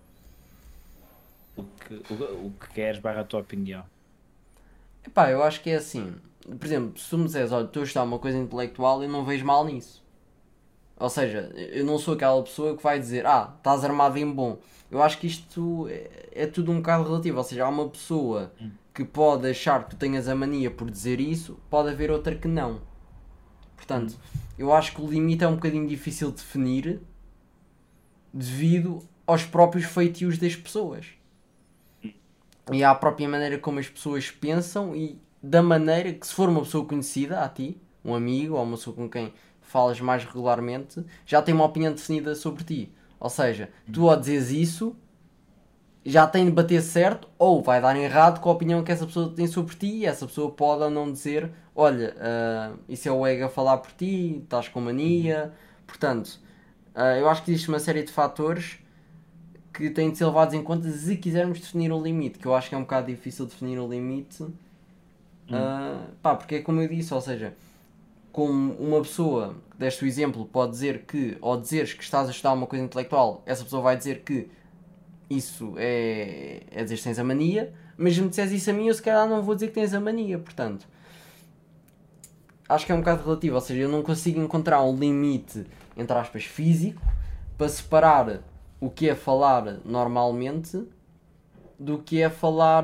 o que queres, barra a tua opinião. Epá, eu acho que é assim. Por exemplo, se tu me disseres, olha, estou a estudar uma coisa intelectual, eu não vejo mal nisso. Ou seja, eu não sou aquela pessoa que vai dizer, estás armado em bom. Eu acho que isto é tudo um bocado relativo. Ou seja, há uma pessoa que pode achar que tu tenhas a mania por dizer isso, pode haver outra que não. Portanto, eu acho que o limite é um bocadinho difícil de definir devido aos próprios feitios das pessoas. E à própria maneira como as pessoas pensam e da maneira que, se for uma pessoa conhecida a ti, um amigo ou uma pessoa com quem falas mais regularmente, já tem uma opinião definida sobre ti. Ou seja, tu ao dizeres isso, já tem de bater certo ou vai dar errado com a opinião que essa pessoa tem sobre ti e essa pessoa pode ou não dizer, olha, isso é o ego a falar por ti, estás com mania. Portanto, eu acho que existe uma série de fatores que têm de ser levados em conta se quisermos definir o limite, que eu acho que é um bocado difícil definir o limite. Porque é como eu disse, ou seja, como uma pessoa, deste o exemplo, pode dizer que, ao dizeres que estás a estudar uma coisa intelectual, essa pessoa vai dizer que isso é dizer que tens a mania, mas se me disseres isso a mim, eu se calhar não vou dizer que tens a mania, portanto, acho que é um bocado relativo, ou seja, eu não consigo encontrar um limite, entre aspas, físico, para separar o que é falar normalmente do que é falar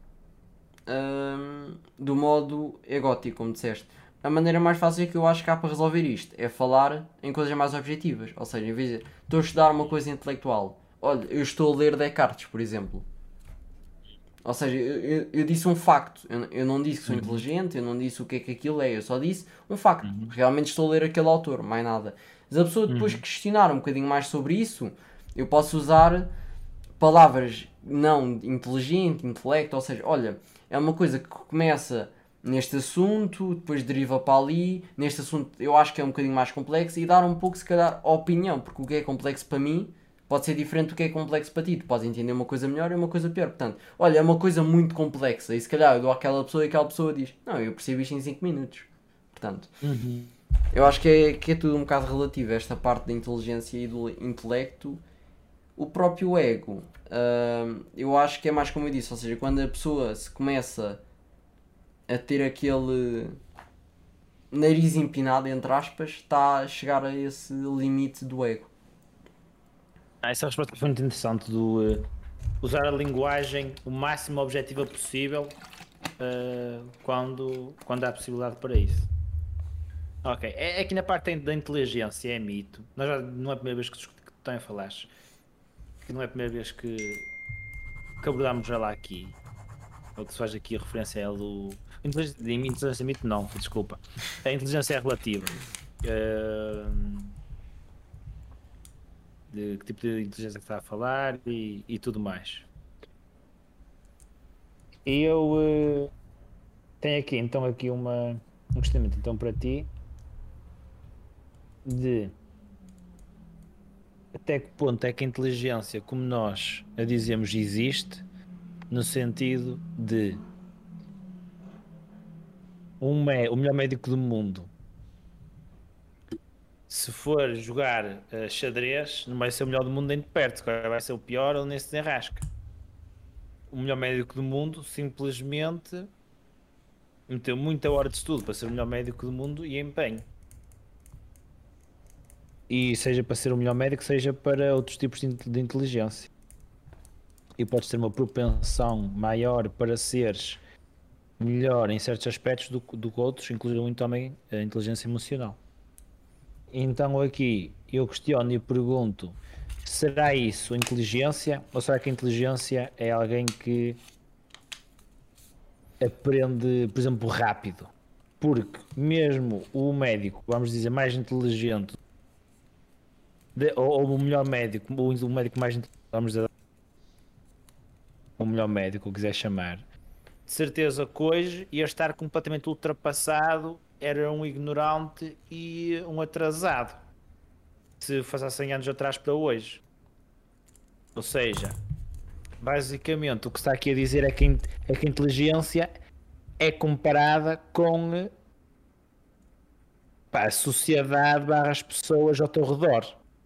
do modo egótico, como disseste. A maneira mais fácil que eu acho que há para resolver isto é falar em coisas mais objetivas. Ou seja, em vez de estou a estudar uma coisa intelectual, olha, eu estou a ler Descartes, por exemplo. Ou seja, eu disse um facto. Eu não disse que sou inteligente, eu não disse o que é que aquilo é, eu só disse um facto. Realmente estou a ler aquele autor, mais nada. Mas a pessoa depois questionar um bocadinho mais sobre isso, eu posso usar palavras não inteligente, intelecto, ou seja, olha, é uma coisa que começa neste assunto, depois deriva para ali, neste assunto eu acho que é um bocadinho mais complexo e dar um pouco se calhar a opinião, porque o que é complexo para mim pode ser diferente do que é complexo para ti, tu podes entender uma coisa melhor e uma coisa pior, portanto, olha, é uma coisa muito complexa e se calhar eu dou àquela pessoa e aquela pessoa diz, não, eu percebo isto em 5 minutos, portanto, eu acho que é tudo um bocado relativo, esta parte da inteligência e do intelecto o próprio ego, eu acho que é mais como eu disse, ou seja, quando a pessoa se começa a ter aquele nariz empinado, entre aspas, está a chegar a esse limite do ego. Essa resposta foi muito interessante do usar a linguagem o máximo objetiva possível quando há possibilidade para isso. Ok, é que na parte da inteligência é mito. Nós já, não é a primeira vez que estão a falar, que não é a primeira vez que abordámos já lá aqui. Ou que se faz aqui a referência é do. Inteligência mito, não, desculpa. A inteligência é relativa. De que tipo de inteligência que está a falar e tudo mais. E eu tenho aqui então um questionamento então para ti de até que ponto é que a inteligência, como nós a dizemos, existe no sentido de o melhor médico do mundo, se for jogar xadrez, não vai ser o melhor do mundo nem de perto, vai ser o pior ou nem se desenrasca. O melhor médico do mundo simplesmente meteu muita hora de estudo para ser o melhor médico do mundo e empenho. E seja para ser o melhor médico, seja para outros tipos de inteligência. E podes ter uma propensão maior para seres melhor em certos aspectos do que outros, incluindo também a inteligência emocional. Então aqui eu questiono e pergunto, será isso inteligência ou será que a inteligência é alguém que aprende, por exemplo, rápido? Porque mesmo o médico, vamos dizer, mais inteligente, ou o melhor médico, o médico mais inteligente, vamos dizer, o melhor médico, o quiser chamar, de certeza que hoje ia estar completamente ultrapassado, era um ignorante e um atrasado, se fosse há 100 anos atrás para hoje. Ou seja, basicamente o que está aqui a dizer é que a inteligência é comparada com a sociedade barra as pessoas ao teu redor.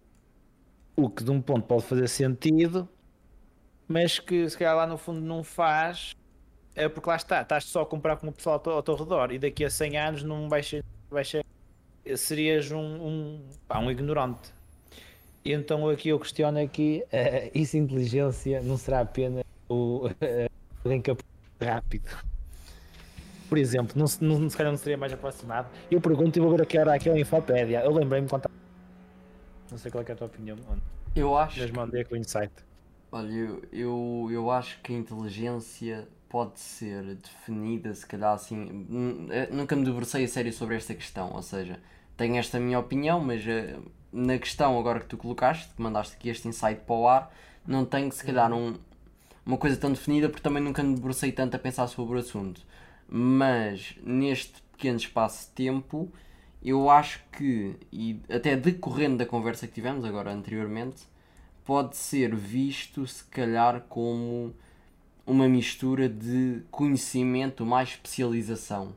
O que de um ponto pode fazer sentido, mas que se calhar lá no fundo não faz, é porque lá está, estás só a comparar com o pessoal ao teu redor e daqui a 100 anos não vais ser serias um ignorante. E então aqui eu questiono aqui, isso inteligência não será apenas alguém que aprende rápido? Por exemplo, se calhar não seria mais aproximado. Eu pergunto e vou ver o que era aquela Infopédia. Eu lembrei-me quando. Não sei qual é a tua opinião. Eu acho. Mas mandei com o insight. Olha, eu acho que a inteligência pode ser definida, se calhar assim. Nunca me debrucei a sério sobre esta questão, ou seja, tenho esta minha opinião, mas na questão agora que tu colocaste, que mandaste aqui este insight para o ar, não tenho se calhar uma coisa tão definida porque também nunca me debrucei tanto a pensar sobre o assunto. Mas neste pequeno espaço de tempo, eu acho que, e até decorrendo da conversa que tivemos agora anteriormente, pode ser visto se calhar como uma mistura de conhecimento mais especialização.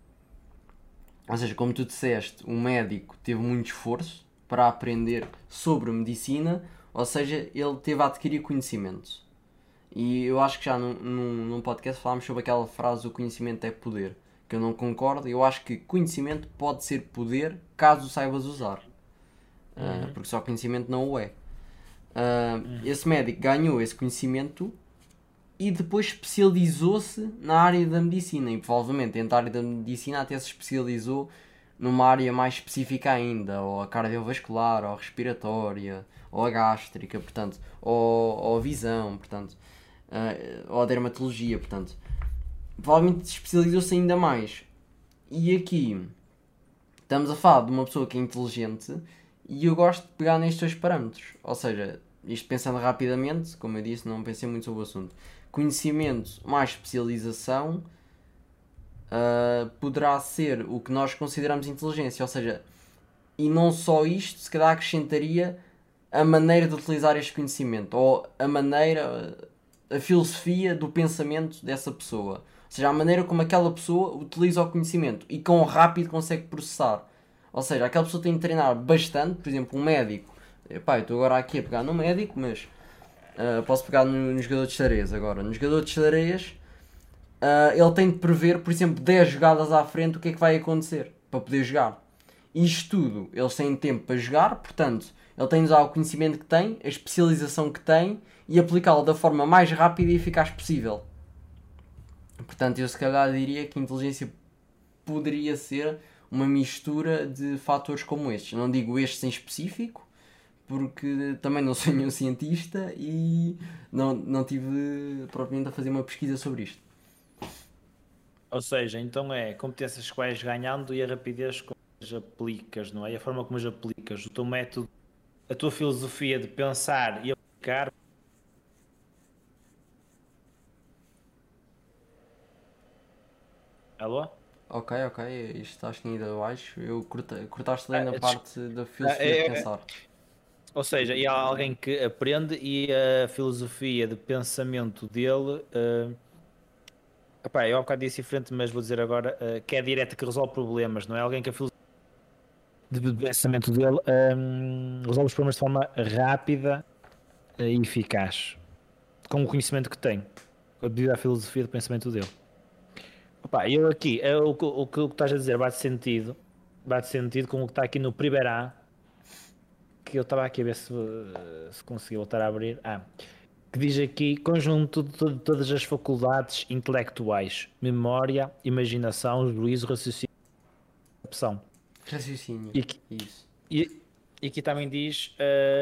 Ou seja, como tu disseste, o médico teve muito esforço para aprender sobre medicina, ou seja, ele teve a adquirir conhecimento. E eu acho que já num podcast falámos sobre aquela frase: o conhecimento é poder, que eu não concordo. Eu acho que conhecimento pode ser poder caso saibas usar, porque só conhecimento não o é. Esse médico ganhou esse conhecimento e depois especializou-se na área da medicina, e provavelmente dentro da área da medicina até se especializou numa área mais específica ainda, ou a cardiovascular, ou a respiratória, ou a gástrica, portanto, ou a visão, portanto, ou a dermatologia, portanto, provavelmente especializou-se ainda mais. E aqui estamos a falar de uma pessoa que é inteligente e eu gosto de pegar nestes dois parâmetros, ou seja, isto pensando rapidamente, como eu disse, não pensei muito sobre o assunto. Conhecimento mais especialização poderá ser o que nós consideramos inteligência, ou seja, e não só isto, se calhar acrescentaria a maneira de utilizar este conhecimento, ou a maneira, a filosofia do pensamento dessa pessoa, ou seja, a maneira como aquela pessoa utiliza o conhecimento e quão rápido consegue processar. Ou seja, aquela pessoa tem de treinar bastante, por exemplo, um médico. Epá, eu estou agora aqui a pegar no médico, mas Posso pegar no jogador de xadrez agora. No jogador de xadrez, ele tem de prever, por exemplo, 10 jogadas à frente o que é que vai acontecer para poder jogar. Isto tudo, eles têm tempo para jogar, portanto, ele tem de usar o conhecimento que tem, a especialização que tem e aplicá-lo da forma mais rápida e eficaz possível. Portanto, eu se calhar diria que a inteligência poderia ser uma mistura de fatores como estes. Não digo estes em específico, porque também não sou nenhum cientista e não tive propriamente a fazer uma pesquisa sobre isto. Ou seja, então é competências que vais ganhando e a rapidez como as aplicas, não é? E a forma como as aplicas, o teu método, a tua filosofia de pensar e aplicar. Alô? Ok, isto acho que ainda abaixo. Cortaste ali na parte da filosofia de é, pensar. Ou seja, e há alguém que aprende e a filosofia de pensamento dele, epá, eu há bocado disse diferente, mas vou dizer agora, que é direta, que resolve problemas, não é? Alguém que a filosofia de pensamento dele resolve os problemas de forma rápida e eficaz, com o conhecimento que tem, devido à filosofia de pensamento dele. Epá, eu aqui, o que estás a dizer bate sentido com o que está aqui no primeiro A, que eu estava aqui a ver se consegui voltar a abrir. Que diz aqui conjunto de todas as faculdades intelectuais: memória, imaginação, juízo, raciocínio e percepção. Raciocínio. E aqui, Isso. e aqui também diz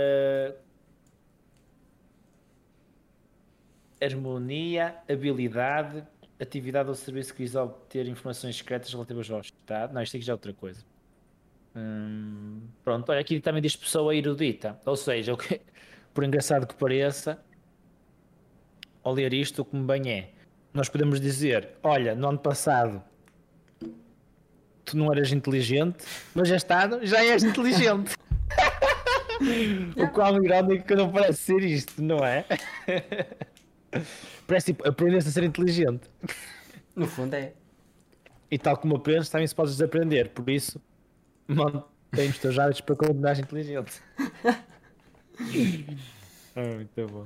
harmonia, habilidade, atividade ou serviço que visa obter informações secretas relativas ao Estado. Não, isto aqui já é outra coisa. Pronto, olha, aqui também diz pessoa erudita, ou seja, por engraçado que pareça, ao ler isto, como bem é, nós podemos dizer: olha, no ano passado tu não eras inteligente, mas este ano já és inteligente. O Yeah. qual irónico que não parece ser isto, não é? Parece tipo, aprender-se a ser inteligente. No fundo é. E tal como aprendes, também se podes desaprender. Por isso, mantém os teus hábitos para continuar inteligente. Muito bom.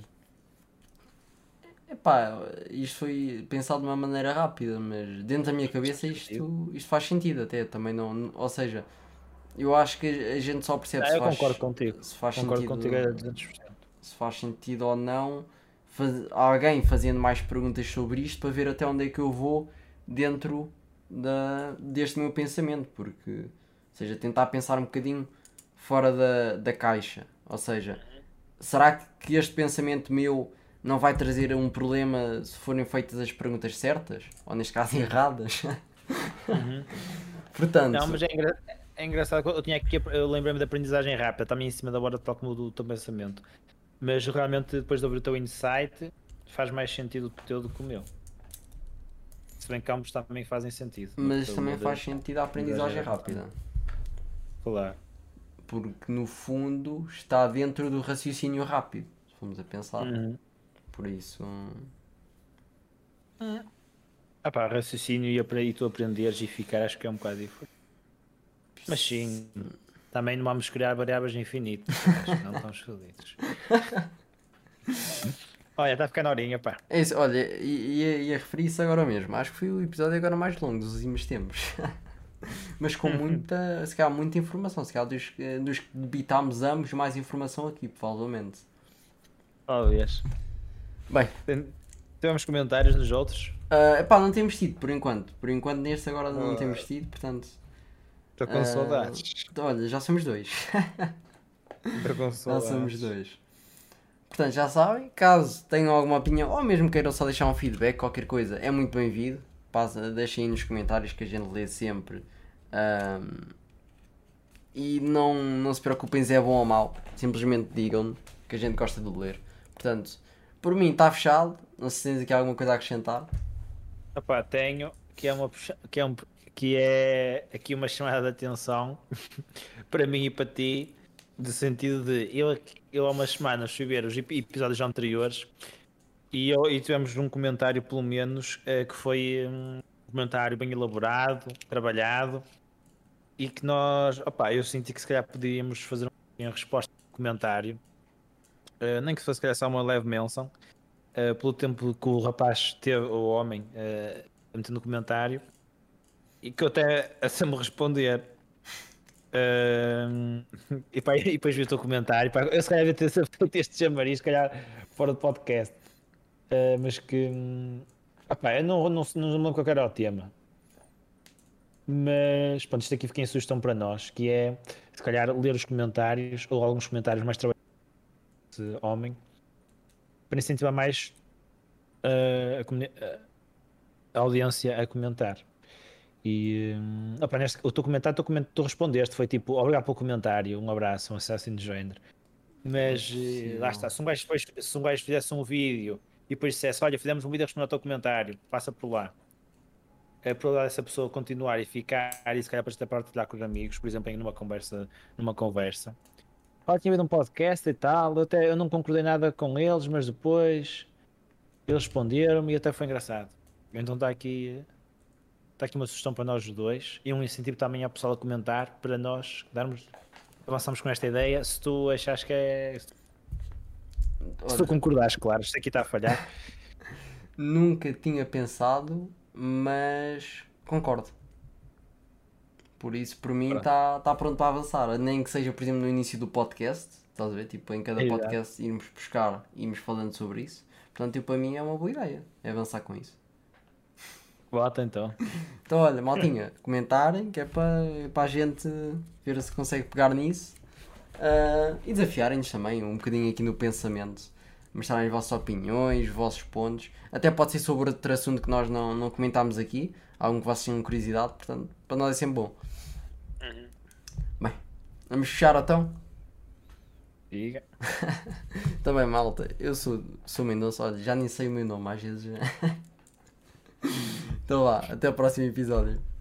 Epá, isto foi pensado de uma maneira rápida, mas dentro da minha cabeça isto faz sentido até. Também não. Ou seja, eu acho que a gente só percebe Eu concordo contigo. se faz Concordo contigo a sentido, 200%. se faz sentido ou não alguém fazendo mais perguntas sobre isto para ver até onde é que eu vou dentro deste meu pensamento, porque, ou seja, tentar pensar um bocadinho fora da caixa. Ou seja, será que este pensamento meu não vai trazer um problema se forem feitas as perguntas certas? Ou neste caso erradas? Uhum. Não, Portanto, mas é engraçado. Eu tinha aqui, eu lembrei-me da aprendizagem rápida, também em cima da hora, tal como do teu pensamento. Mas realmente, depois de ouvir o teu insight, faz mais sentido o teu do que o meu. Se bem que ambos também fazem sentido. No mas teu também da faz sentido a aprendizagem rápida. Claro. Porque no fundo está dentro do raciocínio rápido, se formos a pensar. Uhum. Por isso. Pá, raciocínio e tu aprenderes e ficar, acho que é um bocado diferente. Mas sim, também não vamos criar variáveis infinitas, acho que não estão escolhidos. Olha, está a ficar na horinha, pá. É isso, olha, ia referir isso agora mesmo. Acho que foi o episódio agora mais longo dos últimos tempos. Mas com muita, se calhar, muita informação. Se calhar dos que debitámos ambos, mais informação aqui, provavelmente. Talvez. Bem, Tivemos comentários nos outros. epá, não temos tido por enquanto. Por enquanto, neste agora não temos tido, portanto. Estou com saudades. Olha, já somos dois. Estou com Já saudades. somos dois. Portanto, já sabem, caso tenham alguma opinião ou mesmo queiram só deixar um feedback, qualquer coisa, é muito bem-vindo. Deixem aí nos comentários que a gente lê sempre. E não se preocupem se é bom ou mau, simplesmente digam que a gente gosta de ler. Portanto, por mim está fechado. Não sei se tens aqui alguma coisa a acrescentar. Epá, tenho que é aqui uma chamada de atenção para mim e para ti, de sentido de eu há umas semanas fui ver os episódios anteriores e tivemos um comentário pelo menos que foi um comentário bem elaborado, trabalhado e que nós, opá, eu senti que se calhar podíamos fazer uma resposta no comentário nem que fosse calhar só uma leve menção, pelo tempo que o rapaz teve, o homem, a meter no comentário, e que eu até a sempre responder. Uh, e depois vi o teu comentário. Pá, eu se calhar devia ter feito este chamariz, se calhar fora do podcast. Mas que. Eu não me lembro qual era o tema. Mas pronto, isto aqui fica em sugestão para nós, que é se calhar ler os comentários ou alguns comentários mais trabalhados desse homem para incentivar mais a audiência a comentar. E o teu comentário, tu respondeste, foi tipo, obrigado pelo comentário, um abraço, um assim de género. É Mas lá está, possível. se um gajo fizesse um vídeo e depois dissesse, olha, fizemos um vídeo a responder ao teu comentário, passa por lá. A probabilidade dessa pessoa continuar e ficar e se calhar para estar partilhar com os amigos, por exemplo, em numa conversa. Olha, tinha havido um podcast e tal, eu não concordei nada com eles, mas depois eles responderam-me e até foi engraçado. Então está aqui uma sugestão para nós os dois e um incentivo também ao pessoal a comentar para nós avançamos com esta ideia. Se tu achas que é. Se tu Olha, concordares, claro, isto aqui está a falhar. nunca tinha pensado, mas concordo. Por isso, por mim, Pronto. está pronto para avançar. Nem que seja, por exemplo, no início do podcast. Estás a ver? Tipo, em cada Exato. podcast irmos buscar, irmos falando sobre isso. Portanto, tipo, para mim é uma boa ideia. É avançar com isso. Bota então. Então, olha, maltinha, comentarem, que é para a gente ver se consegue pegar nisso. E desafiarem-nos também um bocadinho aqui no pensamento. Mostrarem as vossas opiniões, os vossos pontos. Até pode ser sobre outro assunto que nós não comentámos aqui. Algum que vocês tenham curiosidade. Portanto, para nós é sempre bom. Bem, vamos fechar então? Diga. Também, malta. Eu sou Mendonça. Olha, já nem sei o meu nome às vezes. Então lá, até o próximo episódio.